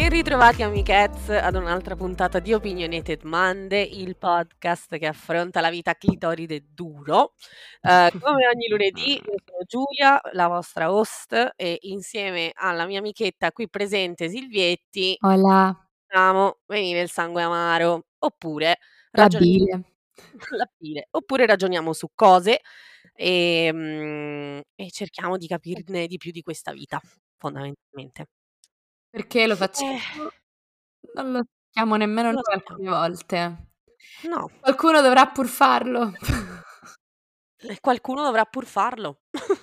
Ben ritrovati amichezz ad un'altra puntata di Opinionated Monday, il podcast che affronta la vita clitoride duro. Come ogni lunedì, io sono Giulia, la vostra host, e insieme alla mia amichetta qui presente Silvietti Hola, facciamo venire il sangue amaro, oppure la ragioniamo bile. la bile, oppure ragioniamo su cose e cerchiamo di capirne di più di questa vita, fondamentalmente. Perché lo Eh, facciamo? Non lo sappiamo nemmeno non lo noi sappiamo. alcune volte. No. Qualcuno dovrà pur farlo. E qualcuno dovrà pur farlo.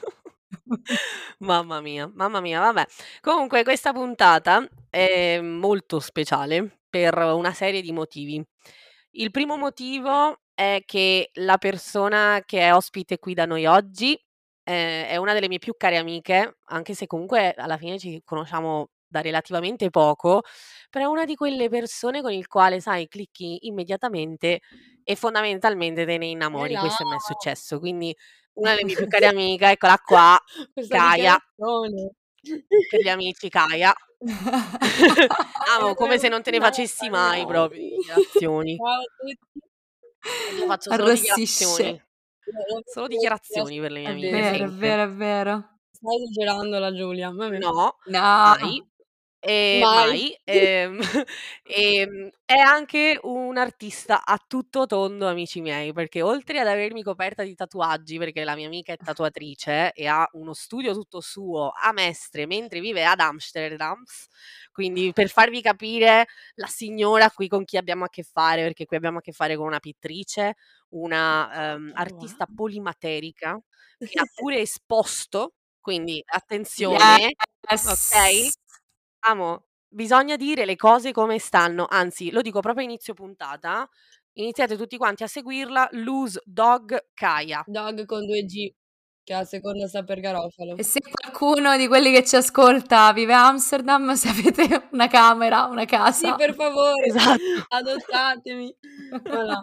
Mamma mia, vabbè. Comunque questa puntata è molto speciale per una serie di motivi. Il primo motivo è che la persona che è ospite qui da noi oggi, è una delle mie più care amiche, anche se comunque alla fine ci conosciamo da relativamente poco, però è una di quelle persone con il quale, sai, clicchi immediatamente e fondamentalmente te ne innamori. là. Questo a me è successo, quindi una delle mie più care amiche, eccola qua, Questa Kaia. dichiarazione. Per gli amici, Kaia. Amo, come se non te ne No, facessi mai no. proprio di dichiarazioni. Ciao a tutti. Io faccio solo Arrossisce. dichiarazioni. Solo dichiarazioni per le mie È amiche, Vero, è sempre. vero, è vero. Stai esagerando la Giulia. Vabbè. No, No. mai. Mai. Mai. È anche un artista a tutto tondo, amici miei, perché oltre ad avermi coperta di tatuaggi, perché la mia amica è tatuatrice e ha uno studio tutto suo a Mestre mentre vive ad Amsterdam, quindi per farvi capire la signora qui con chi abbiamo a che fare, perché qui abbiamo a che fare con una pittrice, una artista polimaterica che ha pure esposto, quindi attenzione, ok? Yes. Amo, bisogna dire le cose come stanno, anzi, lo dico proprio a inizio puntata. Iniziate tutti quanti a seguirla, Loose Dog Kaia. Dog con 2 G, che la seconda sta per Garofalo. E se qualcuno di quelli che ci ascolta vive a Amsterdam, se avete una camera, una Sì, casa. per favore, Esatto. adottatemi. Voilà.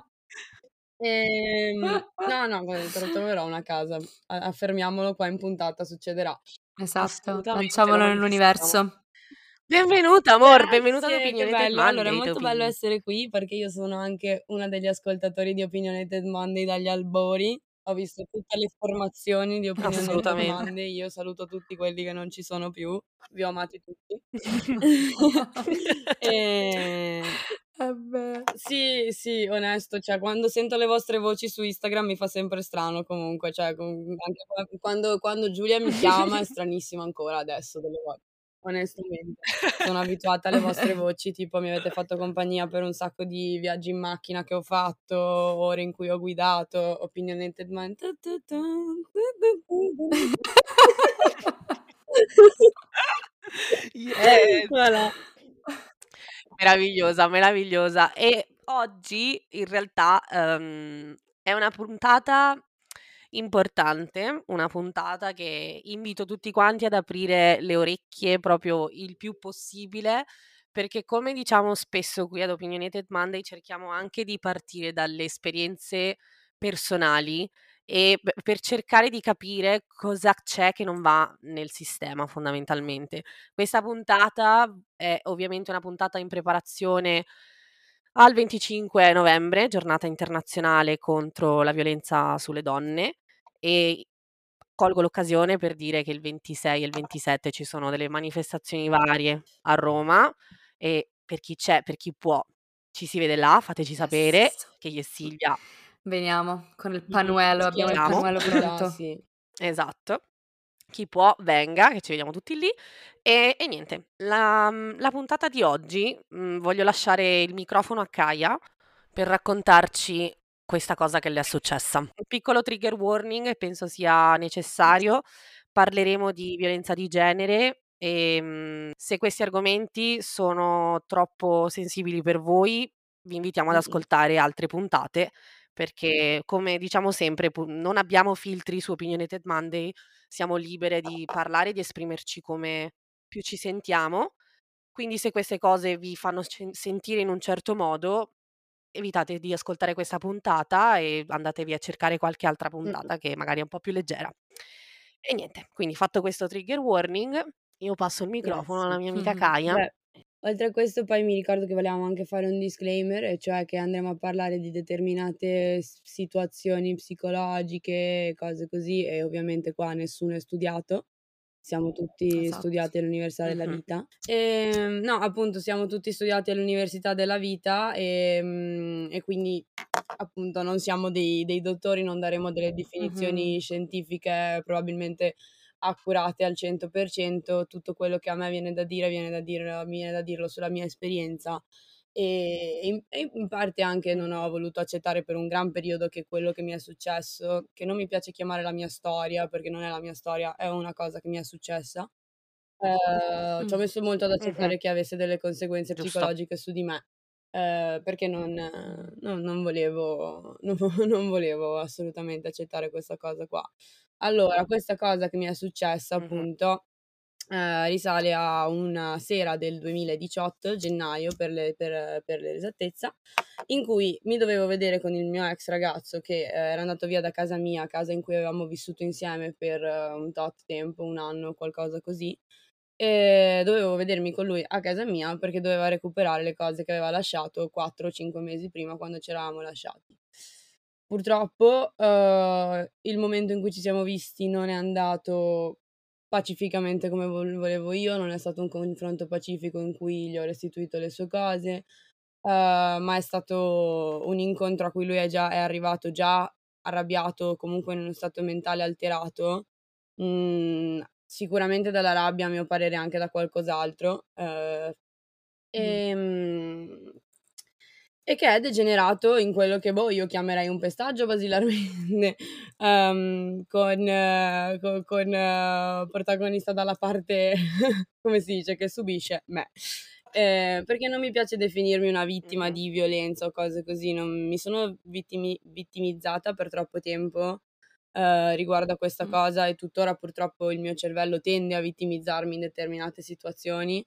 No, guarda, troverò una casa. Affermiamolo qua in puntata, succederà. Esatto, Assolutamente, lanciamolo lo nell'universo. Benvenuta amor, benvenuta ad Grazie, che Opinionated bello. Allora, è Monday. molto bello essere qui perché io sono anche una degli ascoltatori di Opinionated Monday dagli albori. Ho visto tutte le formazioni di Opinionated Assolutamente. Monday. Io saluto tutti quelli che non ci sono più. Vi ho amati tutti. Sì, onesto, cioè quando sento le vostre voci su Instagram mi fa sempre strano comunque, cioè anche quando Giulia mi chiama è stranissimo ancora adesso delle volte, onestamente. Sono abituata alle vostre voci, tipo mi avete fatto compagnia per un sacco di viaggi in macchina che ho fatto, ore in cui ho guidato, Opinionated Mind. Yes. Voilà. Meravigliosa. E oggi in realtà è una puntata importante, una puntata che invito tutti quanti ad aprire le orecchie proprio il più possibile, perché come diciamo spesso qui ad Opinionated Monday cerchiamo anche di partire dalle esperienze personali e per cercare di capire cosa c'è che non va nel sistema fondamentalmente. Questa puntata è ovviamente una puntata in preparazione al 25 novembre, giornata internazionale contro la violenza sulle donne, e colgo l'occasione per dire che il 26 e il 27 ci sono delle manifestazioni varie a Roma e per chi c'è, per chi può, ci si vede là, fateci sapere Yes. che io e Silvia Veniamo con il panuelo, abbiamo il Schieriamo. panuelo pronto. Sì. Esatto. Chi può venga, che ci vediamo tutti lì. E niente, la puntata di oggi, voglio lasciare il microfono a Kaia per raccontarci questa cosa che le è successa. Un piccolo trigger warning, penso sia necessario. Parleremo di violenza di genere e se questi argomenti sono troppo sensibili per voi, vi invitiamo ad ascoltare altre puntate perché, come diciamo sempre, non abbiamo filtri su Opinionated Monday, siamo libere di parlare e di esprimerci come più ci sentiamo. Quindi se queste cose vi fanno sentire in un certo modo, evitate di ascoltare questa puntata e andatevi a cercare qualche altra puntata che magari è un po' più leggera. E niente, quindi fatto questo trigger warning, io passo il microfono alla mia amica Kaia. Beh, Oltre a questo poi mi ricordo che volevamo anche fare un disclaimer, e cioè che andremo a parlare di determinate situazioni psicologiche, cose così, e ovviamente qua nessuno è studiato. Siamo tutti Esatto. studiati all'Università della Mh-mh. Vita. No, appunto siamo tutti studiati all'Università della Vita, e quindi appunto non siamo dei dottori, non daremo delle definizioni scientifiche probabilmente accurate al 100%. Tutto quello che a me viene da dire, mi viene da dirlo sulla mia esperienza, e in parte anche non ho voluto accettare per un gran periodo che quello che mi è successo, che non mi piace chiamare la mia storia, perché non è la mia storia, è una cosa che mi è successa, ci ho messo molto ad Mh-mh. accettare che avesse delle conseguenze Giusto. psicologiche su di me, perché non volevo non volevo assolutamente accettare questa cosa qua. Allora, questa cosa che mi è successa Mh-mh. appunto, risale a una sera del 2018, gennaio per l'esattezza, in cui mi dovevo vedere con il mio ex ragazzo che, era andato via da casa mia, casa in cui avevamo vissuto insieme per un tot tempo, 1 anno, qualcosa così. Dovevo vedermi con lui a casa mia perché doveva recuperare le cose che aveva lasciato 4 o 5 mesi prima, quando c'eravamo lasciati. Purtroppo, il momento in cui ci siamo visti non è andato pacificamente come volevo io, non è stato un confronto pacifico in cui gli ho restituito le sue cose, ma è stato un incontro a cui lui è arrivato già arrabbiato, comunque in uno stato mentale alterato, sicuramente dalla rabbia, a mio parere anche da qualcos'altro, ehm, e che è degenerato in quello che, boh, io chiamerei un pestaggio basilarmente, con protagonista dalla parte come si dice, che subisce me. Perché non mi piace definirmi una vittima Mh-mh. di violenza o cose così, non mi sono vittimizzata per troppo tempo, riguardo a questa cosa, e tuttora purtroppo il mio cervello tende a vittimizzarmi in determinate situazioni.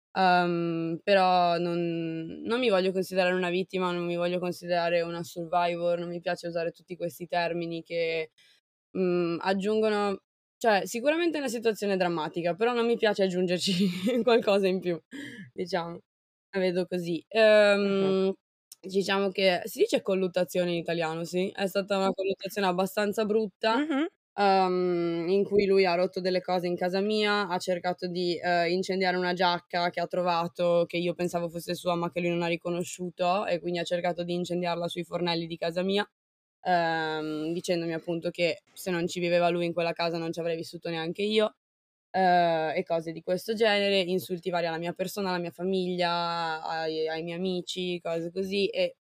Però non mi voglio considerare una vittima, non mi voglio considerare una survivor, non mi piace usare tutti questi termini che, aggiungono, cioè sicuramente è una situazione drammatica, però non mi piace aggiungerci qualcosa in più, diciamo. La vedo così. Mh-mh. Diciamo che si dice colluttazione in italiano, sì? È stata una colluttazione abbastanza brutta, Mh-mh. in cui lui ha rotto delle cose in casa mia, ha cercato di, incendiare una giacca che ha trovato, che io pensavo fosse sua, ma che lui non ha riconosciuto, e quindi ha cercato di incendiarla sui fornelli di casa mia, dicendomi appunto che se non ci viveva lui in quella casa non ci avrei vissuto neanche io, e cose di questo genere, insulti vari alla mia persona, alla mia famiglia, ai miei amici, cose così,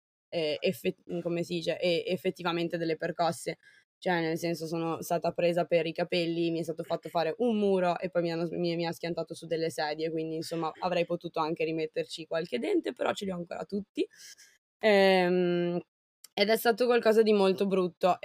come si dice, effettivamente delle percosse. Cioè, nel senso, sono stata presa per i capelli, mi è stato fatto fare un muro e poi mi ha schiantato su delle sedie, quindi insomma avrei potuto anche rimetterci qualche dente, però ce li ho ancora tutti. Ehm, ed è stato qualcosa di molto brutto.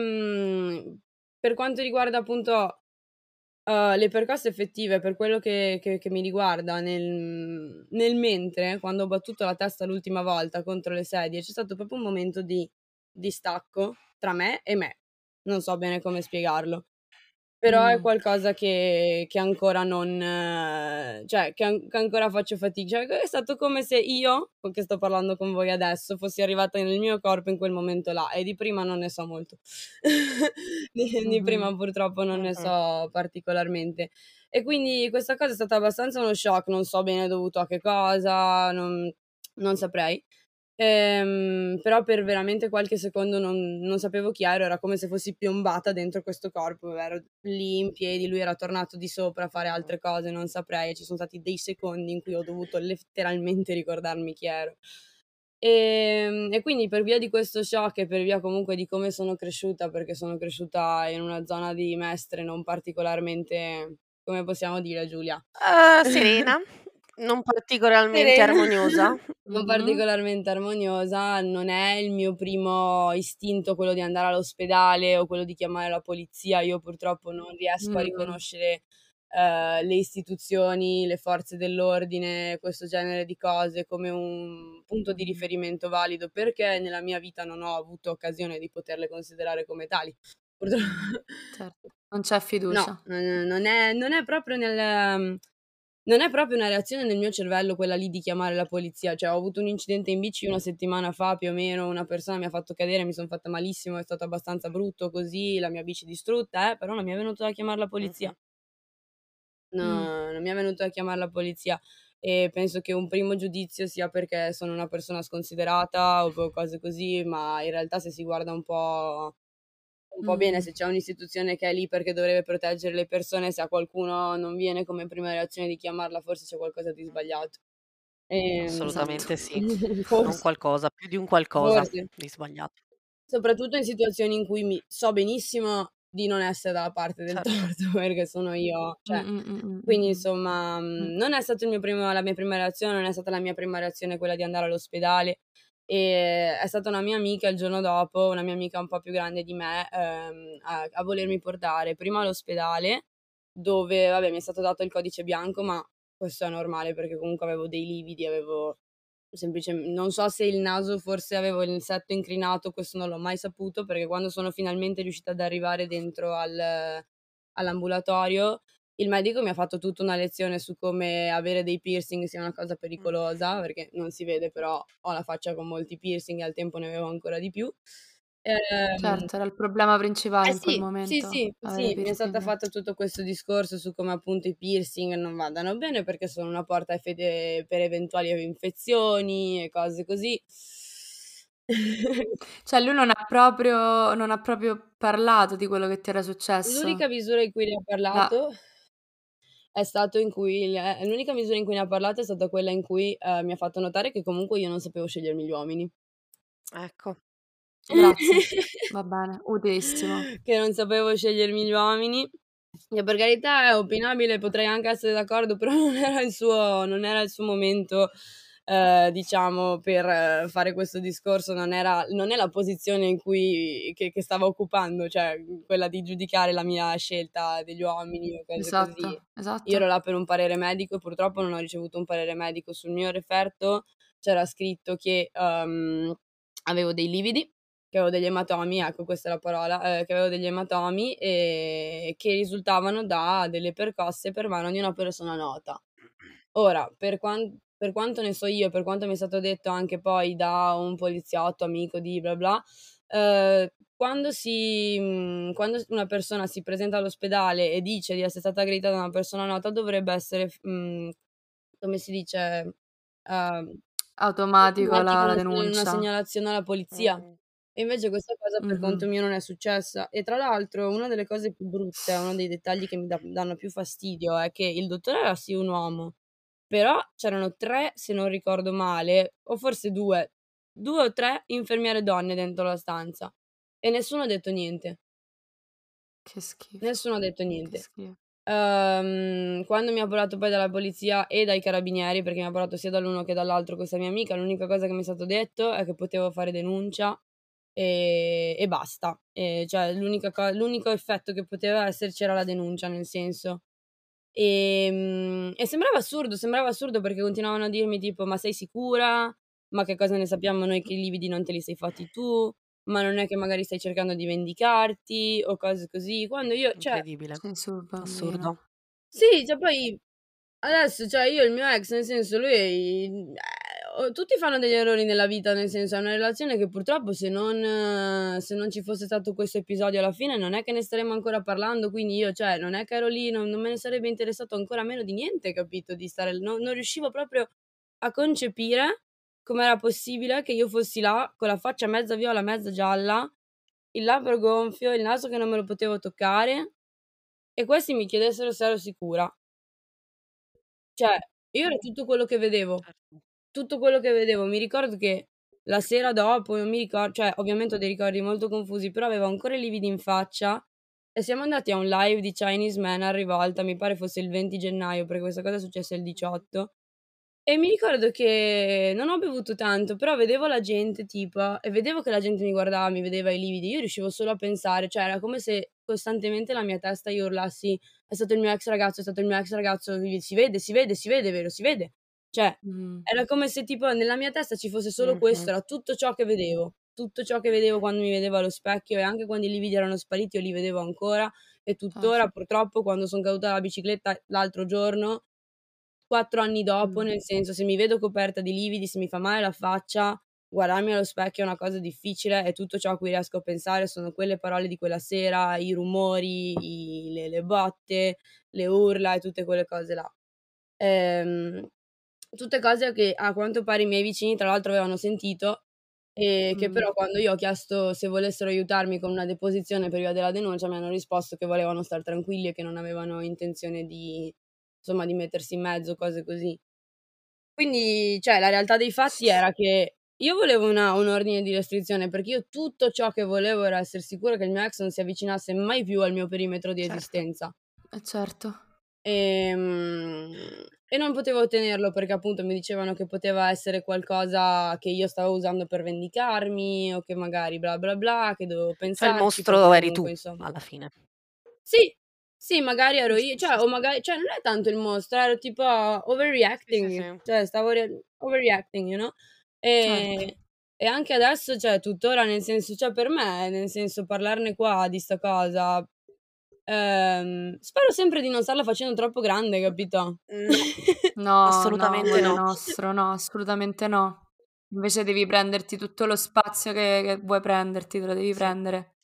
Per quanto riguarda appunto, le percosse effettive, per quello che mi riguarda, nel mentre, quando ho battuto la testa l'ultima volta contro le sedie, c'è stato proprio un momento di distacco tra me e me. Non so bene come spiegarlo. Però è qualcosa che ancora non, cioè che ancora faccio cioè è stato come se io, che sto parlando con voi adesso, fossi arrivata nel mio corpo in quel momento là, e di prima non ne so molto. Di prima purtroppo non ne Mh-mh. so particolarmente. E quindi questa cosa è stata abbastanza uno shock, non so bene dovuto a che cosa, non saprei. Però per veramente qualche secondo non sapevo chi ero, era come se fossi piombata dentro questo corpo, ero lì in piedi, lui era tornato di sopra a fare altre cose, non saprei, e ci son stati dei secondi in cui ho dovuto letteralmente ricordarmi chi ero. E quindi per via di questo shock e per via comunque di come sono cresciuta, perché sono cresciuta in una zona di Mestre non particolarmente, come possiamo dire, Giulia? Serena, non particolarmente Serena, armoniosa. non particolarmente armoniosa, non è il mio primo istinto quello di andare all'ospedale o quello di chiamare la polizia. Io purtroppo non riesco a riconoscere, le istituzioni, le forze dell'ordine, questo genere di cose come un punto di riferimento valido, perché nella mia vita non ho avuto occasione di poterle considerare come tali. Purtro Certo, non c'è No, fiducia. non è proprio non è proprio una reazione nel mio cervello quella lì di chiamare la polizia. Cioè, ho avuto un incidente in bici una settimana fa più o meno, una persona mi ha fatto cadere, mi son fatta malissimo, è stato abbastanza brutto così, la mia bici distrutta, però non mi è venuto da chiamar la polizia. Mh-mh. No, non mi è venuto da chiamar la polizia e penso che un primo giudizio sia perché sono una persona sconsiderata o cose così, ma in realtà se si guarda un po' bene, se c'è un'istituzione che è lì perché dovrebbe proteggere le persone, se a qualcuno non viene come prima reazione di chiamarla, forse c'è qualcosa di sbagliato. Esatto. Assolutamente sì. Non Forse, qualcosa, più di un qualcosa forse. di sbagliato. Soprattutto in situazioni in cui so benissimo di non essere dalla parte del Certo. torto, perché sono io, Mh, cioè mh, mh, mh, quindi mh, insomma, mh. non è stato la mia prima reazione, non è stata la mia prima reazione quella di andare all'ospedale, è stata una mia amica il giorno dopo, una mia amica un po' più grande di me, a volermi portare prima all'ospedale, dove vabbè mi è stato dato il codice bianco, ma questo è normale perché comunque avevo dei lividi, avevo non so se il naso forse avevo il setto incrinato, questo non l'ho mai saputo, perché quando sono finalmente riuscita ad arrivare dentro all'ambulatorio, il medico mi ha fatto tutta una lezione su come avere dei piercing sia una cosa pericolosa, perché non si vede, però ho la faccia con molti piercing e al tempo ne avevo ancora di più. Ehm Certo, era il problema principale in quel sì, sì, momento, sì, avere sì, mi è stata piercing. fatta tutto questo discorso su come appunto i piercing non vadano bene perché sono una porta per eventuali infezioni e cose così. Cioè lui non ha proprio parlato di quello che ti era L'unica successo? misura in cui ne ha La parlato è stato in cui l'unica misura in cui ne ha parlato è stata quella in cui, mi ha fatto notare che comunque io non sapevo scegliermi gli uomini. Ecco. Grazie, va bene, utilissimo. Che non sapevo scegliermi gli uomini, che per carità è opinabile, potrei anche essere d'accordo, però non era il suo momento, diciamo per fare questo discorso, non è la posizione in cui che stava occupando, cioè, quella di giudicare la mia scelta degli uomini o cose così. Esatto, Io ero esatto. là per un parere medico e purtroppo non ho ricevuto un parere medico. Sul mio referto c'era scritto che, avevo dei lividi, che avevo degli ematomi, ecco questa è la parola, che avevo degli ematomi, che risultavano da delle percosse per mano di una persona nota. Ora, per quanto ne so io, per quanto mi è stato detto anche poi da un poliziotto amico di bla bla, quando una persona si presenta all'ospedale e dice di essere stata aggredita da una persona nota dovrebbe essere come si dice, uhm, Automatico automatico la una denuncia. segnalazione alla polizia. Mh-mh. E invece questa cosa per Mh-mh. conto mio non è successa. E tra l'altro una delle cose più brutte, uno dei dettagli che mi danno più fastidio è che il dottore era sì un uomo, però c'erano 3, se non ricordo male, o forse 2 o 3 infermiere donne dentro la stanza e nessuno ha detto niente. Che schifo, Nessuno ha detto che niente. schifo. Quando mi ha parlato poi dalla polizia e dai carabinieri, perché mi ha parlato sia dall'uno che dall'altro questa mia amica, l'unica cosa che mi è stato detto è che potevo fare denuncia, e basta. Cioè l'unico effetto che poteva esserci era la denuncia, nel senso. E sembrava assurdo perché continuavano a dirmi tipo: "Ma sei sicura? Ma che cosa ne sappiamo noi che i lividi non te li sei fatti tu? Ma non è che magari stai cercando di vendicarti?" O cose così, quando io cioè Incredibile. Sì, sul bambino. Assurdo. sì, cioè poi adesso, cioè io e il mio ex, nel senso lui tutti fanno degli errori nella vita, nel senso è una relazione che purtroppo se non ci fosse stato questo episodio alla fine non è che ne staremmo ancora parlando, quindi io cioè non è che ero lì, non me ne sarebbe interessato ancora meno di niente, capito, di stare non riuscivo proprio a concepire com'era possibile che io fossi là con la faccia mezza viola, mezza gialla, il labbro gonfio, il naso che non me lo potevo toccare e questi mi chiedessero se ero sicura. Cioè, io era tutto quello che vedevo, Certo. tutto quello che vedevo. Mi ricordo che la sera dopo, non mi cioè ovviamente ho dei ricordi molto confusi, però avevo ancora i lividi in faccia e siamo andati a un live di Chinese Man a Rivolta, mi pare fosse il 20 gennaio, perché questa cosa è successa il Mh-mh. 18. E mi ricordo che non ho bevuto tanto, però vedevo la gente tipo e vedevo che la gente mi guardava, mi vedeva i lividi, io riuscivo solo a pensare, cioè era come se costantemente la mia testa io urlassi: "È stato il mio ex ragazzo, è stato il mio ex ragazzo, si vede, si vede, si vede, vero, si vede." Cioè, Mh. era come se tipo nella mia testa ci fosse solo Mh-mh. questo, era tutto ciò che vedevo. Tutto ciò che vedevo quando mi vedevo allo specchio e anche quando i lividi erano spariti io li vedevo ancora e Certo. tuttora purtroppo quando son caduta dalla bicicletta l'altro giorno 4 anni dopo, nel senso, se mi vedo coperta di lividi, se mi fa male la faccia, guardarmi allo specchio è una cosa difficile e tutto ciò a cui riesco a pensare sono quelle parole di quella sera, i rumori, le botte, le urla e tutte quelle cose là. Tutte cose che a quanto pare i miei vicini tra l'altro avevano sentito e che però quando io ho chiesto se volessero aiutarmi con una deposizione per via della denuncia mi hanno risposto che volevano star tranquilli e che non avevano intenzione di insomma, di mettersi in mezzo, cose così. Quindi, cioè, la realtà dei fatti era che io volevo un ordine di restrizione, perché io tutto ciò che volevo era esser sicura che il mio ex non si avvicinasse mai più al mio perimetro di Certo. esistenza. Certo. E non potevo ottenerlo perché appunto mi dicevano che poteva essere qualcosa che io stavo usando per vendicarmi o che magari bla bla bla, che dovevo Cioè il pensarci mostro perché eri tu, comunque insomma alla fine. sì, sì magari ero io, Sì, cioè sì, o magari cioè non è tanto il mostro, ero tipo overreacting, sì. cioè stavo overreacting, you know? Certo. E anche adesso, cioè tuttora nel senso cioè per me, nel senso parlarne qua di 'sta cosa, spero sempre di non starla facendo troppo grande, capito? No, No, no, assolutamente amore no. nostro, no, assolutamente no. Invece devi prenderti tutto lo spazio che vuoi prenderti, te lo devi Sì. prendere.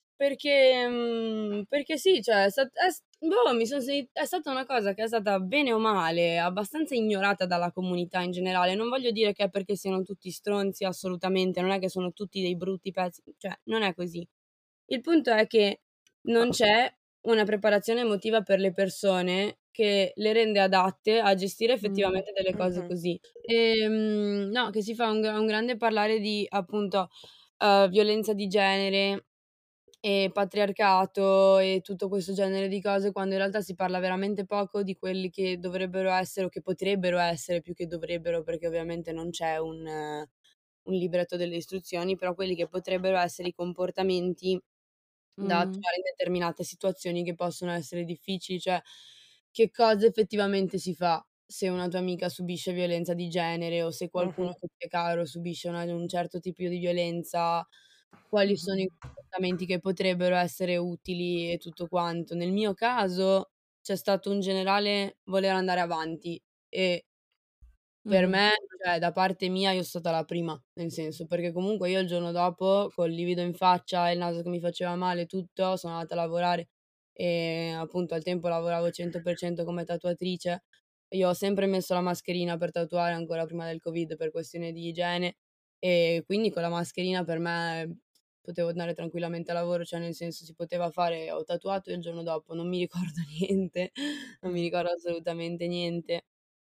Perché sì, cioè boh, è stata una cosa che è stata bene o male abbastanza ignorata dalla comunità in generale. Non voglio dire che è perché siano tutti stronzi, assolutamente, non è che sono tutti dei brutti pezzi, cioè non è così. Il punto è che non c'è una preparazione emotiva per le persone che le rende adatte a gestire effettivamente delle cose Mh-mh. così. No, che si fa un grande parlare di appunto, violenza di genere e patriarcato e tutto questo genere di cose, quando in realtà si parla veramente poco di quelli che dovrebbero essere o che potrebbero essere, più che dovrebbero, perché ovviamente non c'è un libretto delle istruzioni, però quelli che potrebbero essere i comportamenti da Mh. attuare in determinate situazioni che possono essere difficili, cioè che cosa effettivamente si fa se una tua amica subisce violenza di genere o se qualcuno Mh-mh. che ti è caro subisce un certo tipo di violenza, quali sono i comportamenti che potrebbero essere utili e tutto quanto. Nel mio caso c'è stato un generale voler andare avanti e per Mh-mh. me, cioè da parte mia io so stata la prima, nel senso, perché comunque io il giorno dopo col livido in faccia e il naso che mi faceva male e tutto, sono andata a lavorare e appunto al tempo lavoravo 100% come tatuatrice. Io ho sempre messo la mascherina per tatuare ancora prima del Covid per questione di igiene e quindi con la mascherina per me potevo andare tranquillamente a lavoro, cioè nel senso si poteva fare ho tatuato e il giorno dopo non mi ricordo niente, non mi ricordo assolutamente niente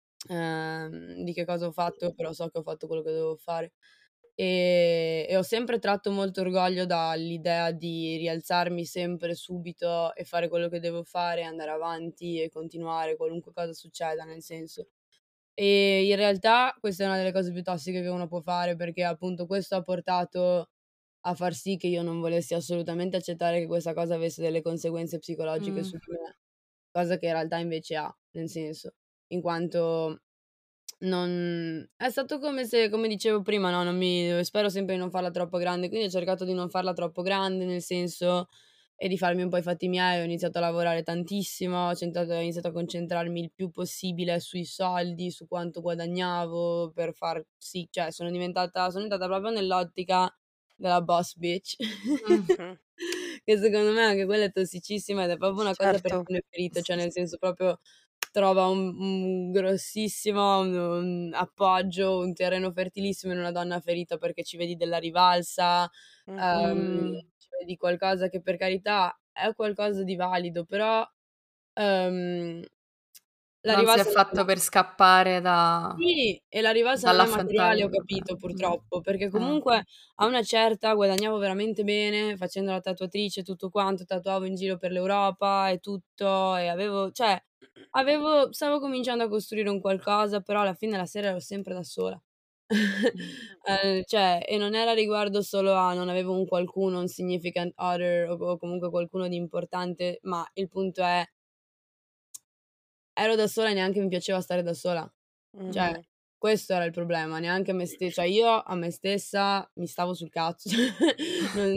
di che cosa ho fatto, però so che ho fatto quello che dovevo fare. E ho sempre tratto molto orgoglio dall'idea di rialzarmi sempre subito e fare quello che devo fare, andare avanti e continuare qualunque cosa succeda, nel senso. E in realtà questa è una delle cose più tossiche che uno può fare, perché appunto questo ha portato a far sì che io non volessi assolutamente accettare che questa cosa avesse delle conseguenze psicologiche Mh. su di me, cosa che in realtà invece ha, nel senso, in quanto non è stato come se come dicevo prima, no, non mi spero sempre di non farla troppo grande, quindi ho cercato di non farla troppo grande, nel senso e di farmi un po' i fatti miei, ho iniziato a lavorare tantissimo, ho iniziato a concentrarmi il più possibile sui soldi, su quanto guadagnavo per far sì cioè sono entrata proprio nell'ottica della boss bitch, Mh-mh. che secondo me anche quella è tossicissima ed è proprio una cosa per Certo. chi non è ferito, cioè nel senso proprio trova un grossissimo un appoggio, un terreno fertilissimo in una donna ferita perché ci vedi della rivalsa, Mh-mh. ci vedi qualcosa che per carità è qualcosa di valido, però, ehm, la Non si è rivalsa non è fatto per scappare da sì, e la rivalsa non è dall'affrontare materiale, il ho problema. capito purtroppo, perché Eh. comunque a una certa guadagnavo veramente bene facendo la tatuatrice e tutto quanto, tatuavo in giro per l'Europa e tutto e stavo cominciando a costruire un qualcosa, però alla fine la sera ero sempre da sola. Mh. Cioè e non era riguardo solo a non avevo un qualcuno, un significant other o comunque qualcuno di importante, ma il punto è ero da sola e neanche mi piaceva stare da sola. Cioè, Mh-mh. questo era il problema, neanche me ste cioè io a me stessa mi stavo sul cazzo, non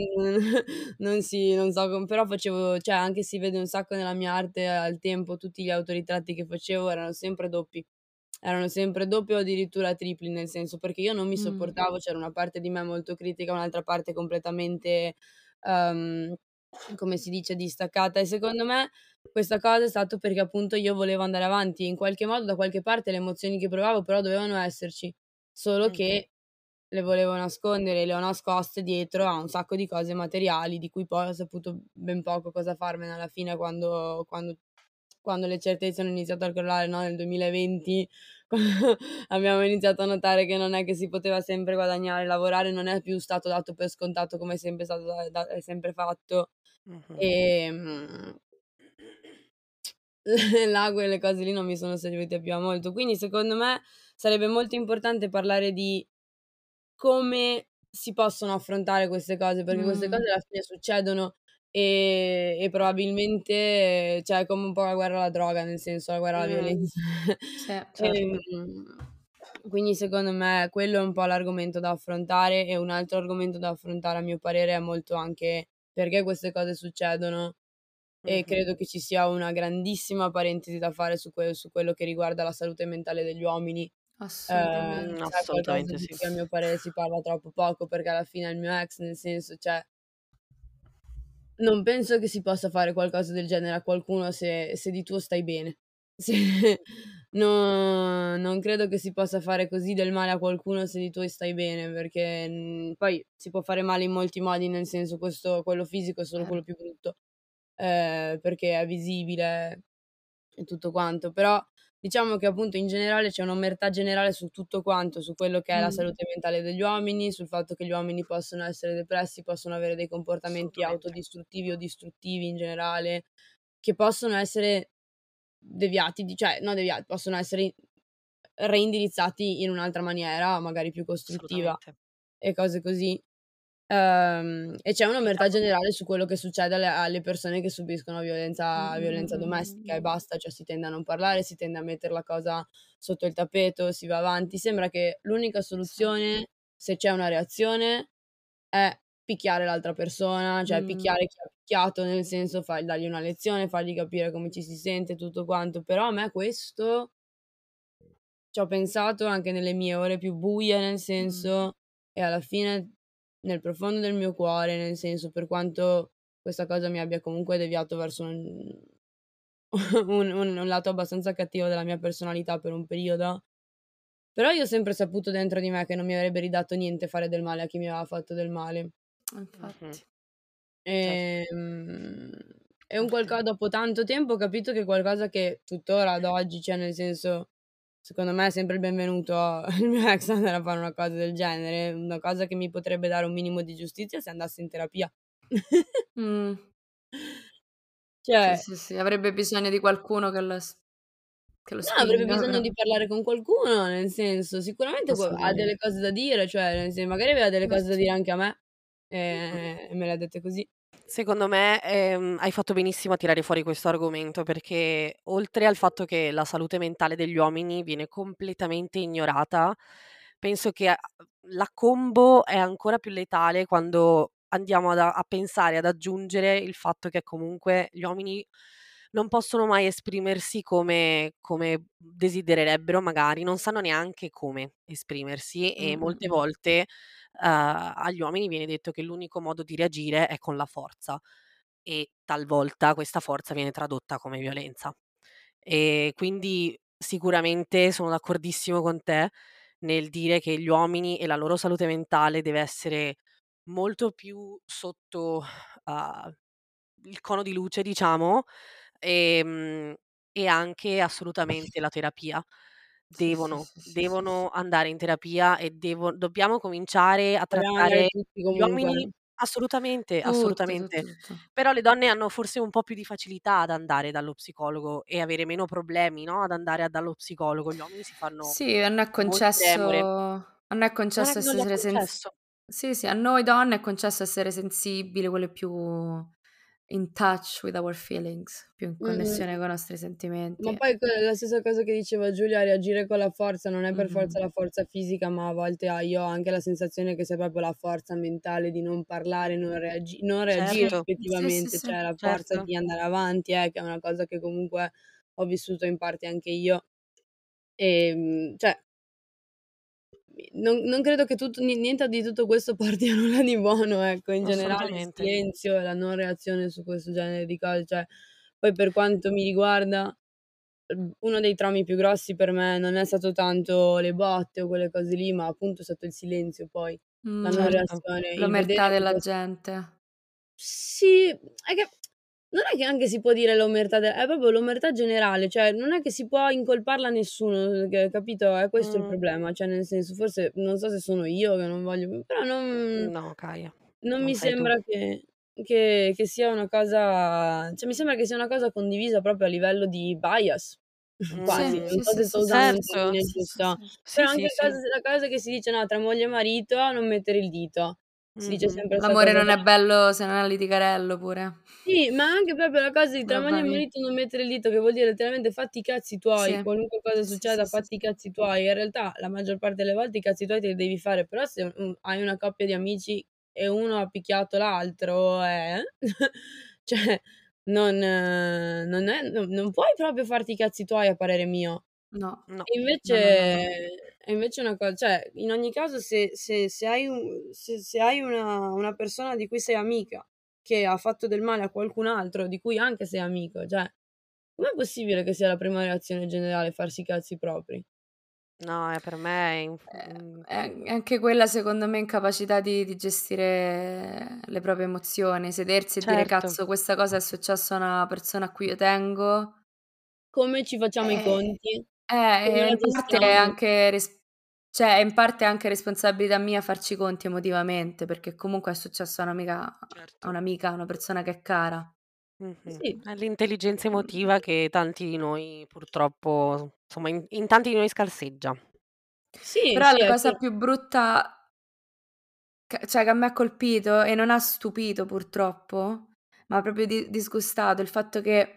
non so però facevo cioè anche si vede un sacco nella mia arte al tempo, tutti gli autoritratti che facevo erano sempre doppi. erano sempre doppi o addirittura tripli, nel senso, perché io non mi Mh. sopportavo, c'era una parte di me molto critica, un'altra parte completamente, uhm, come si dice, distaccata e secondo me questa cosa è stato perché appunto io volevo andare avanti e in qualche modo, da qualche parte le emozioni che provavo però dovevano esserci, solo Mh-mh. che le volevo nascondere, le ho nascoste dietro a un sacco di cose materiali, di cui poi ho saputo ben poco cosa farmene alla fine quando le certezze hanno iniziato a crollare, no, nel 2020 abbiamo iniziato a notare che non è che si poteva sempre guadagnare, lavorare non è più stato dato per scontato come è sempre stato è sempre fatto. Mh-mh. Ehm là quelle cose lì non mi sono servite più a molto. Quindi secondo me sarebbe molto importante parlare di come si possono affrontare queste cose, perché queste Mh. cose alla fine succedono, e probabilmente cioè è come un po' la guerra alla droga, nel senso la guerra alla Mh, violenza. Sì. certo. Quindi secondo me quello è un po' l'argomento da affrontare e un altro argomento da affrontare a mio parere è molto anche perché queste cose succedono e Mh-mh. credo che ci sia una grandissima parentesi da fare su quello che riguarda la salute mentale degli uomini. Assolutamente. È qualcosa Assolutamente di sì. cui a mio parere si parla troppo poco, perché alla fine è il mio ex, nel senso, cioè non penso che si possa fare qualcosa del genere a qualcuno se di tuo stai bene. Se non credo che si possa fare così del male a qualcuno se di tuo stai bene, perché, poi si può fare male in molti modi, nel senso quello fisico è solo Vero. quello più brutto, perché è visibile e tutto quanto. Però diciamo che appunto in generale c'è un'omertà generale su tutto quanto, su quello che è la Mh. salute mentale degli uomini, sul fatto che gli uomini possono essere depressi, possono avere dei comportamenti Assolutamente. autodistruttivi o distruttivi in generale, che possono essere deviati, cioè no deviati, possono essere reindirizzati in un'altra maniera, magari più costruttiva Assolutamente. e cose così. E c'è un'omertà Diciamo generale su quello che succede alle persone che subiscono violenza domestica e Mh. basta, cioè si tende a non parlare, si tende a metter la cosa sotto il tappeto, si va avanti. Sembra che l'unica Sì. soluzione, se c'è una reazione, è picchiare l'altra persona, cioè Mh. picchiare chi ha picchiato, nel senso dargli una lezione, fargli capire come ci si sente, tutto quanto. Però a me questo ci ho pensato anche nelle mie ore più buie, nel Mh. senso e alla fine nel profondo del mio cuore, nel senso, per quanto questa cosa mi abbia comunque deviato verso un un lato abbastanza cattivo della mia personalità per un periodo, però io ho sempre saputo dentro di me che non mi avrebbe ridato niente fare del male a chi mi aveva fatto del male. mh-mh. Infatti. Certo, Ehm, è un certo. qualcosa dopo tanto tempo ho capito che è qualcosa che tuttora ad oggi, cioè nel senso, secondo me è sempre il benvenuto il mio ex andare a fare una cosa del genere, una cosa che mi potrebbe dare un minimo di giustizia se andassi in terapia. Mh. Sì, Cioè, sì, sì, avrebbe bisogno di qualcuno che lo no, avrebbe spinga bisogno però. di parlare con qualcuno, nel senso, sicuramente ha delle Assolutamente. cose da dire, cioè nel magari aveva delle Ma cose da sì. dire anche a me, Mh-mh. e me le ha dette così. Secondo me, hai fatto benissimo a tirare fuori questo argomento, perché oltre al fatto che la salute mentale degli uomini viene completamente ignorata, penso che la combo è ancora più letale quando andiamo a pensare, ad aggiungere il fatto che comunque gli uomini non possono mai esprimersi come desidererebbero magari, non sanno neanche come esprimersi e molte Mh. volte agli uomini viene detto che l'unico modo di reagire è con la forza e talvolta questa forza viene tradotta come violenza. Quindi sicuramente sono d'accordissimo con te nel dire che gli uomini e la loro salute mentale deve essere molto più sotto, uhm, il cono di luce diciamo, ehm, e anche assolutamente la terapia. Sì, sì, sì, sì, sì, sì. Devono andare in terapia e dobbiamo cominciare a Dobbiamo andare trattare tutti gli comunque. uomini assolutamente, Tutto, assolutamente. tutto, tutto. Però le donne hanno forse un po' più di facilità ad andare dallo psicologo e avere meno problemi, no, ad andare dallo psicologo. Gli uomini si fanno Sì, molte remore. a noi è concesso Non gli è essere concesso. sì, sì, a noi donne è concesso essere sensibili, quelle più in touch with our feelings, più in Mh-mh. connessione con i nostri Ma sentimenti. poi la stessa cosa che diceva Giulia, reagire con la forza non è per forza Mh-mh. la forza fisica, ma a volte io ho anche la sensazione che sia proprio la forza mentale di non parlare, Mh-mh. non reagire Certo, Sì, sì, effettivamente, sì. cioè la forza certo. di andare avanti, che è una cosa che comunque ho vissuto in parte anche io. Cioè non credo che niente di tutto questo porti a nulla di buono, ecco. In generale il Assolutamente. silenzio e la non reazione su questo genere di cose, cioè poi per quanto mi riguarda, uno dei traumi più grossi per me non è stato tanto le botte o quelle cose lì, ma appunto è stato il silenzio poi, la non Certo. reazione, il L'omertà vedere che della ques gente. sì, è che non è che anche si può dire l'omertà è proprio l'omertà generale, cioè non è che si può incolparla a nessuno, capito? È questo il Mh. problema, cioè nel senso forse non so se sono io che non voglio però No, Kaia, non non mi sei tu. sembra che sia una cosa cioè mi sembra che sia una cosa condivisa proprio a livello di bias, Sì, quasi. Non Mh. so sì, se sì, sto sì, sì. usando un Certo. termine Sì, sì, giusto, sì. però Sì, anche sì, sì. la cosa che si dice, no, tra moglie e marito non mettere il dito. Si dice Mh-mh. sempre 'sta L'amore cosa non qua. è bello se non è litigarello pure. Sì, ma anche proprio la cosa di tra Roba moglie e mia. marito non mettere il dito, che vuol dire letteralmente fatti i cazzi tuoi, Sì. qualunque cosa Sì, sì, sì, succeda sì, fatti i sì. cazzi tuoi. In realtà la maggior parte delle volte i cazzi tuoi te li devi fare, però se, hai una coppia di amici e uno ha picchiato l'altro, cioè non puoi proprio farti i cazzi tuoi a parere mio. No. No. E No, no, no, no. invece una cioè in ogni caso se hai se hai una persona di cui sei amica, che ha fatto del male a qualcun altro di cui anche sei amico, cioè com'è possibile che sia la prima reazione generale farsi i cazzi propri? No, per me È anche quella secondo me incapacità di gestire le proprie emozioni, sedersi e dire: certo. "Cazzo, questa cosa è successa a una persona a cui io tengo". Come ci facciamo i Eh, conti? Come la in parte è gestiamo? anche cioè è in parte anche responsabilità mia farci i conti emotivamente, perché comunque è successo a Certo. un'amica, a una persona che è cara. Mh-mh. Sì, È l'intelligenza Mhmm, emotiva che tanti di noi purtroppo, insomma in tanti di noi scarseggia. sì, Però sì, la è cosa che più brutta cioè che a me ha colpito e non ha stupito purtroppo, ma proprio disgustato, il fatto che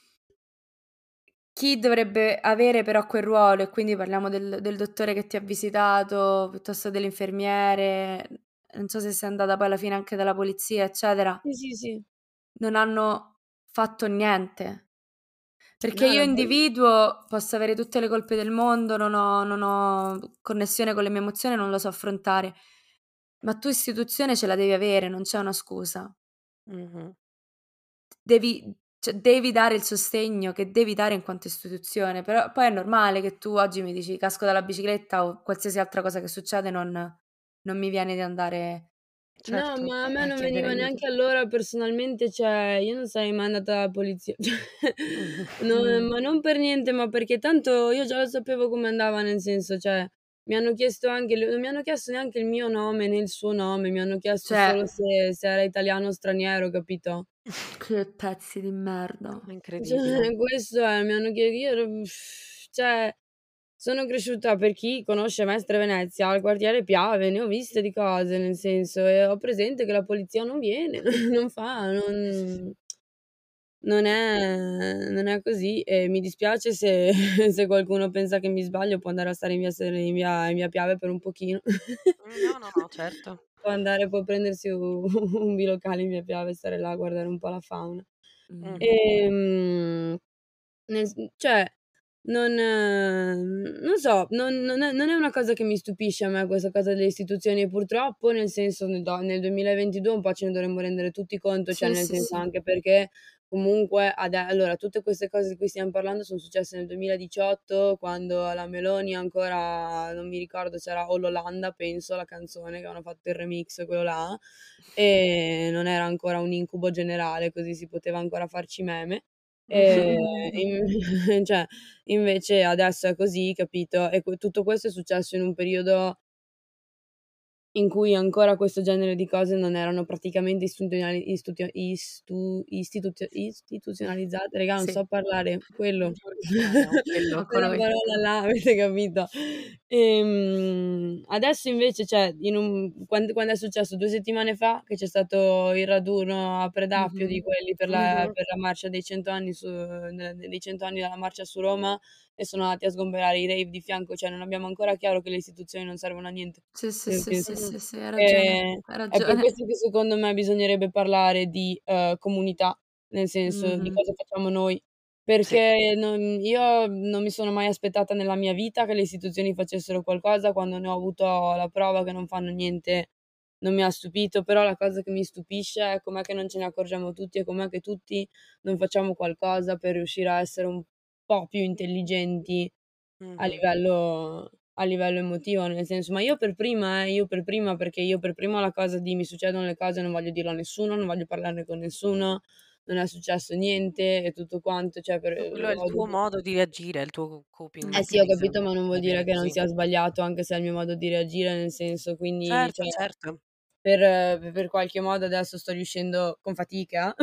chi dovrebbe avere però quel ruolo, e quindi parliamo del dottore che ti ha visitato, piuttosto dell'infermiere, non so se sei andata poi alla fine anche dalla polizia, eccetera, sì, sì, sì. non hanno fatto niente. Perché No, io individuo posso avere tutte le colpe del mondo, non ho connessione con le mie emozioni, non lo so affrontare, ma tu istituzione ce la devi avere, non c'è una scusa. Mh-mh. Devi dare il sostegno che devi dare in quanto istituzione, però poi è normale che tu oggi mi dici: "Casco dalla bicicletta" o qualsiasi altra cosa che succede non mi viene di andare No, Certo. ma a me a non chiedere veniva aiuto. neanche allora personalmente, cioè io non sarei mai andata alla polizia, Mh-mh. ma non per niente, ma perché tanto io già lo sapevo come andava, nel senso, cioè mi hanno chiesto anche non mi hanno chiesto neanche il mio nome né il suo nome, mi hanno chiesto Cioè, solo se era italiano o straniero, capito? che pezzi di merda. Incredibile. Cioè questo è, mi hanno io ero cioè sono cresciuta per chi conosce Mestre Venezia, al quartiere Piave, ne ho viste di cose, nel senso, e ho presente che la polizia non viene, non fa, non è così e mi dispiace se se qualcuno pensa che mi sbaglio, può andare a stare in via Piave per un pochino. No, no, no, certo. Può prendersi un bilocale in via Piave e stare là a guardare un po' la fauna. Mh-mh. Ehm cioè non so, non è una cosa che mi stupisce a me questa cosa delle istituzioni e purtroppo, nel senso nel 2022 un po' ce ne dovremmo rendere tutti conto, cioè Sì, nel sì, senso sì. anche perché comunque allora tutte queste cose di cui stiam parlando son successe nel 2018 quando la Meloni ancora non mi ricordo se era "Oh Lolanda" penso, la canzone che avevano fatto il remix, quello là, e non era ancora un incubo generale, così si poteva ancora farci meme. Ehm, in cioè, invece adesso è così, capito, e tutto questo è successo in un periodo in cui ancora questo genere di cose non erano praticamente istituzionalizzate. Regà, non Sì, so parlare, quello. Figuriamo, quello. manco Quella noi. parola là, avete capito? Adesso invece, cioè, quando è successo? 2 settimane fa, che c'è stato il raduno a Predappio Mh-mh. di quelli per la Mh-mh. per la marcia dei 100 anni dei 100 anni dalla marcia su Roma e sono andati a sgomberare i rave di fianco, cioè non abbiamo ancora chiaro che le istituzioni non servono a niente. Sì, sì, Nel sì, sì, senso Mh-mh. sì, sì, hai ragione, hai è per ragione. questo che secondo me bisognerebbe parlare di, comunità, nel senso di Mh-mh. cosa facciamo noi. perché io non mi sono mai aspettata nella mia vita che le istituzioni facessero qualcosa, quando ne ho avuto la prova che non fanno niente non mi ha stupito, però la cosa che mi stupisce è com'è che non ce ne accorgiamo tutti e com'è che tutti non facciamo qualcosa per riuscire a essere un po' più intelligenti a Mh-mh. livello emotivo, nel senso ma io per prima, perché io per prima ho la cosa di mi succedono le cose, non voglio dirlo a nessuno, non voglio parlarne con nessuno, non è successo niente e tutto quanto, cioè Ma quello è il ho tuo dovu modo di reagire, è il tuo coping eh sì, ho mechanism, capito, ma non vuol va dire bene che non così. sia sbagliato, anche se è il mio modo di reagire, nel senso quindi Certo, cioè certo. per qualche modo adesso sto riuscendo con fatica,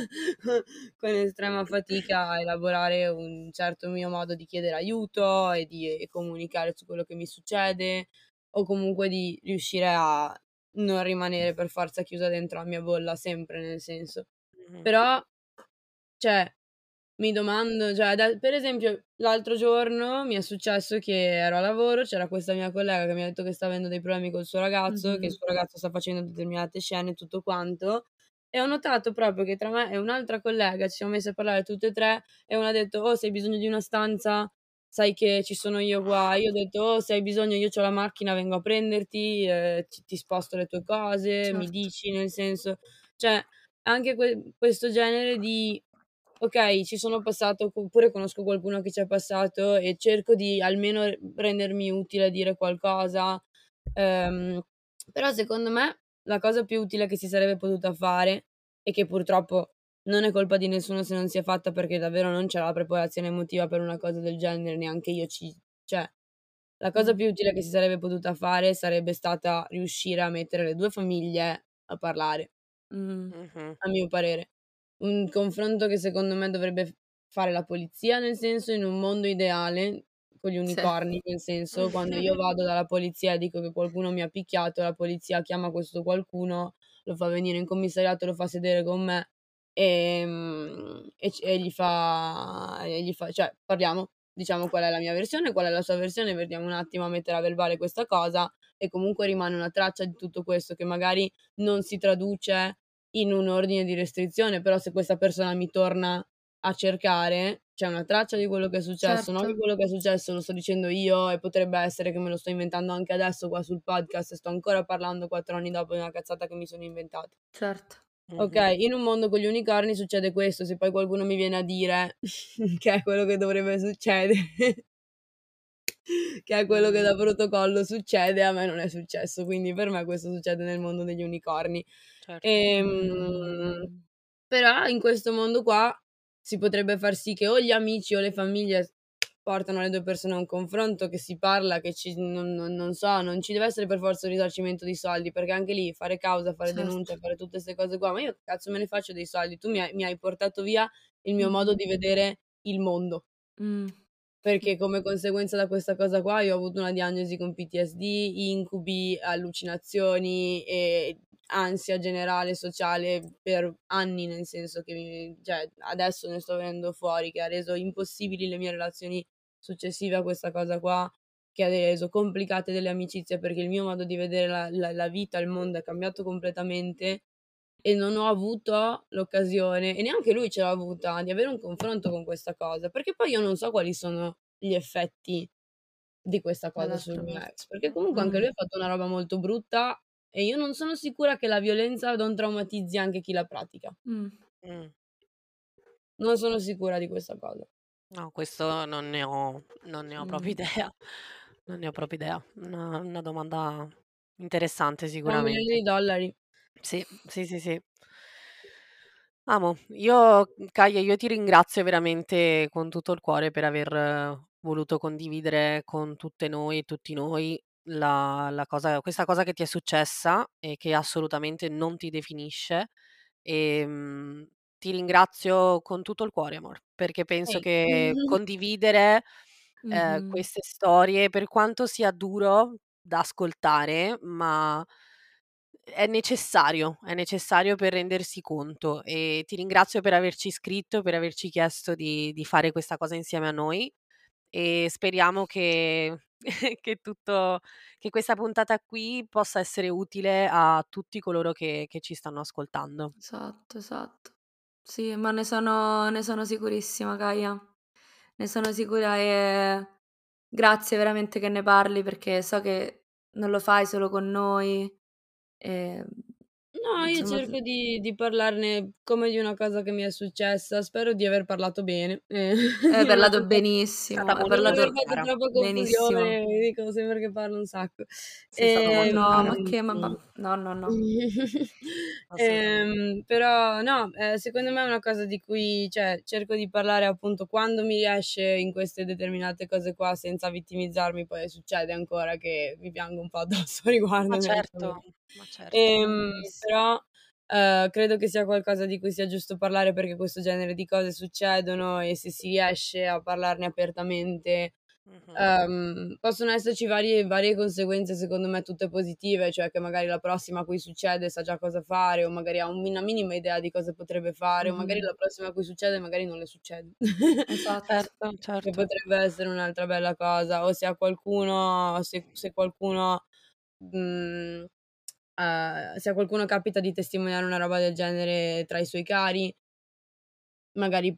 con estrema fatica a elaborare un certo mio modo di chiedere aiuto e comunicare su quello che mi succede, o comunque di riuscire a non rimanere per forza chiusa dentro la mia bolla sempre, nel senso. Mh-mh. Però, cioè mi domando, cioè per esempio l'altro giorno mi è successo che ero a lavoro, c'era questa mia collega che mi ha detto che sta avendo dei problemi col suo ragazzo, che il Mh-mh. suo ragazzo sta facendo determinate scene e tutto quanto, e ho notato proprio che tra me e un'altra collega ci siamo messe a parlare tutte e 3 e una ha detto: "Oh, se hai bisogno di una stanza, sai che ci sono io qua." Io ho detto: "Oh, se hai bisogno io c'ho la macchina, vengo a prenderti, ti sposto le tue cose, mi Certo, dici." Nel senso, cioè anche questo genere di okay, ci sono passato, oppure conosco qualcuno che ci è passato e cerco di almeno rendermi utile a dire qualcosa. Ehm, Però secondo me la cosa più utile che si sarebbe potuta fare, e che purtroppo non è colpa di nessuno se non si è fatta perché davvero non c'era la preparazione emotiva per una cosa del genere, neanche io cioè, la cosa mh, più utile che si sarebbe potuta fare sarebbe stata riuscire a mettere le 2 famiglie a parlare. mh, Mh-mh. A mio parere. Un confronto che secondo me dovrebbe fare la polizia, nel senso in un mondo ideale, con gli sì, unicorni, nel senso quando io vado dalla polizia e dico che qualcuno mi ha picchiato, la polizia chiama questo qualcuno, lo fa venire in commissariato, lo fa sedere con me, e gli fa cioè parliamo, diciamo qual è la mia versione, qual è la sua versione, vediamo un attimo a mettere a verbale questa cosa e comunque rimane una traccia di tutto questo che magari non si traduce in un ordine di restrizione, però se questa persona mi torna a cercare, c'è una traccia di quello che è successo, non che certo, quello che è successo lo sto dicendo io e potrebbe essere che me lo sto inventando anche adesso qua sul podcast e sto ancora parlando 4 anni dopo di una cazzata che mi sono inventata. certo. Mh-mh. Okay, in un mondo con gli unicorni succede questo, se poi qualcuno mi viene a dire che è quello che dovrebbe succedere, che è quello che Mh. da protocollo succede, a me non è successo, quindi per me questo succede nel mondo degli unicorni. Certo. Ehm Mh, Però in questo mondo qua si potrebbe far sì che o gli amici o le famiglie portano le 2 persone a un confronto, che si parla, che ci non so, non ci deve essere per forza un risarcimento di soldi, perché anche lì fare causa, fare certo. denuncia, fare tutte 'ste cose qua, ma io che cazzo me ne faccio dei soldi? Tu mi hai portato via il mio modo Mh-mh, di vedere il mondo. mh, Perché come conseguenza da questa cosa qua io ho avuto una diagnosi con PTSD, incubi, allucinazioni e ansia generale sociale per anni, nel senso che cioè adesso ne sto venendo fuori, che ha reso impossibili le mie relazioni successive a questa cosa qua, che ha reso complicate delle amicizie, perché il mio modo di vedere la vita, il mondo è cambiato completamente e non ho avuto l'occasione, e neanche lui ce l'ha avuta, di avere un confronto con questa cosa, perché poi io non so quali sono gli effetti di questa cosa sul dall'altra mio parte. ex, perché comunque anche Mh, lui ha fatto una roba molto brutta e io non sono sicura che la violenza non traumatizzi anche chi la pratica. mh, Mh. Non sono sicura di questa cosa. No, questo non ne ho proprio mh. idea. Non ne ho proprio idea. Una domanda interessante È $1.000.000. sicuramente. Sì, sì, sì, sì. Amo, io Kaia, io ti ringrazio veramente con tutto il cuore per aver voluto condividere con tutte noi e tutti noi la cosa questa cosa che ti è successa e che assolutamente non ti definisce. Ehm, Ti ringrazio con tutto il cuore amor, perché penso Sì. che condividere, Mh-mh. queste storie, per quanto sia duro da ascoltare, ma è necessario per rendersi conto e ti ringrazio per averci scritto, per averci chiesto di fare questa cosa insieme a noi e speriamo che che questa puntata qui possa essere utile a tutti coloro che ci stanno ascoltando. Esatto, esatto. Sì, ma ne sono sicurissima, Gaia. Ne sono sicura e grazie veramente che ne parli perché so che non lo fai solo con noi. E, No, io insomma, cerco di parlarne come di una cosa che mi è successa. Spero di aver parlato bene, hai di non parlato aver fatto benissimo, Stata hai molto di non aver parlato fatto chiara. troppa benissimo. confusione, dico sembra che parlo un sacco. Sei stata No, molto no, chiara, ma che, ma no, no, no. assolutamente. Però no, secondo me è una cosa di cui, cioè, cerco di parlare appunto quando mi riesce in queste determinate cose qua senza vittimizzarmi, poi succede ancora che mi piango un po' addosso a riguardo Ma onestamente. certo. Bellissimo. Però credo che sia qualcosa di cui sia giusto parlare perché questo genere di cose succedono e se si riesce a parlarne apertamente possono esserci varie conseguenze secondo me tutte positive, cioè che magari la prossima a cui succede sa già cosa fare o magari ha una minima idea di cosa potrebbe fare o magari Mhm. la prossima a cui succede magari non le succede. Esatto. Che Certo. potrebbe essere un'altra bella cosa o se a qualcuno se qualcuno mhmm, se a qualcuno capita di testimoniare una roba del genere tra i suoi cari, magari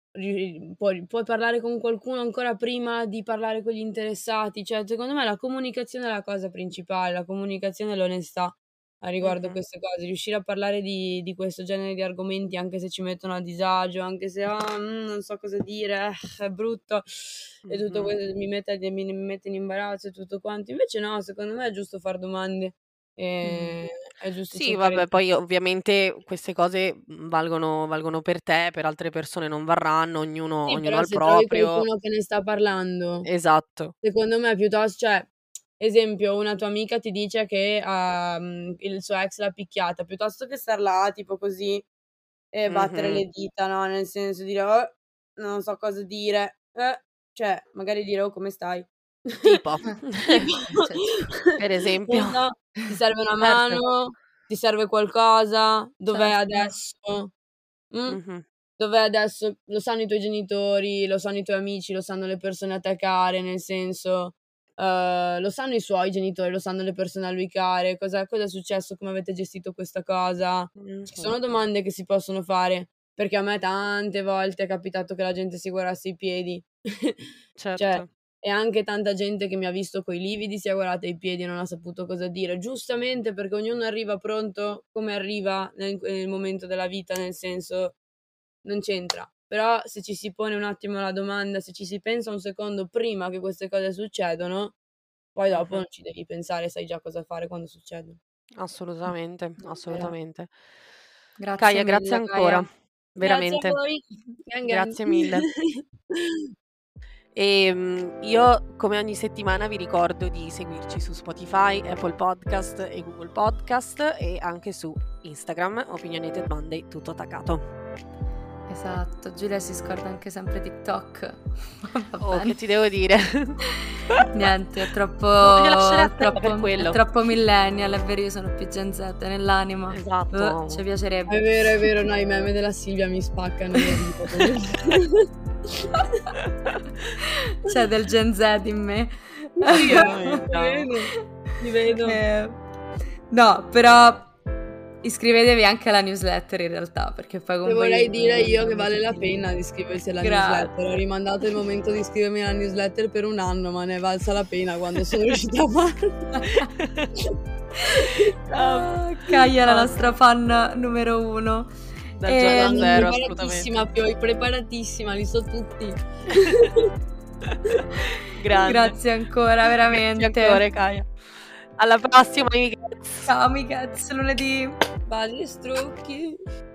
puoi parlare con qualcuno ancora prima di parlare con gli interessati, cioè secondo me la comunicazione è la cosa principale, la comunicazione e l'onestà a riguardo Mh-mh. queste cose, riuscire a parlare di questo genere di argomenti anche se ci mettono a disagio, anche se non so cosa dire, è brutto e tutto Mh-mh. questo mi mette in imbarazzo e tutto quanto. Invece no, secondo me è giusto far domande, Mhm. è giusto Sì, cercare vabbè, di poi ovviamente queste cose, valgono per te, per altre persone non varranno, ognuno sì, ognuno però ha il se trovi proprio. qualcuno che ne sta parlando, Esatto. secondo me cioè, esempio, una tua amica ti dice che, il suo ex l'ha picchiata, piuttosto che star là tipo così e battere Mh-mh. le dita, no, nel senso dire: non so cosa dire, cioè magari dire: "Oh, come stai?" Tipo. Tipo, Cioè, Per esempio. non so, ti serve una Certo. mano? Ti serve qualcosa? Dov'è certo. adesso? Mh? Mh-mh. Dov'è adesso? Lo sanno i tuoi genitori, lo sanno i tuoi amici, lo sanno le persone a te care, nel senso, lo sanno i suoi genitori, lo sanno le persone a lui care, cosa è successo, come avete gestito questa cosa. Ci Mh-mh. sono domande che si possono fare, perché a me tante volte è capitato che la gente si guardasse i piedi. Cioè, Certo. e anche tanta gente che mi ha visto coi lividi si è guardata i piedi e non ha saputo cosa dire. Giustamente, perché ognuno arriva pronto come arriva nel momento della vita, nel senso non c'entra. Però se ci si pone un attimo la domanda, se ci si pensa un secondo prima che queste cose succedono, poi dopo Mh-mh. non ci devi pensare, sai già cosa fare quando succedono. Assolutamente, Vero. assolutamente. Grazie Kaia, grazie mille, Gaia. ancora, Grazie a veramente. voi. Gang gang. Grazie mille. Io come ogni settimana vi ricordo di seguirci su Spotify, Apple Podcast e Google Podcast e anche su Instagram, Opinionated Monday, tutto attaccato. Esatto, Giulia si scorda anche sempre TikTok. Va Oh, che bene. ti devo dire? Niente, è troppo, Voglio lasciare a te per troppo, è quello. troppo millennial, è vero, io sono più Gen Z nell'anima. Esatto. Ci È piacerebbe. vero, no, i meme della Silvia mi spaccano le dita. C'è del Gen Z in me. Sì, Veramente. ti vedo. No, però iscrivetevi anche alla newsletter in realtà, perché poi Te con vorrei voi dire io che siamo vale la tutti lì. pena di iscriversi alla Grazie. newsletter. Ho rimandato il momento di iscrivermi alla newsletter per 1 anno, ma ne è valsa la pena quando sono riuscita a farlo. Kaia è la nostra fan numero 1. Dal giorno zero, Preparatissima, assolutamente. preparatissima, li so tutti. Grande. Grazie ancora, veramente. Grazie ancora, Kaia. Alla prossima, amiche. Ciao, amichezze, lunedì. Baci e strucchi.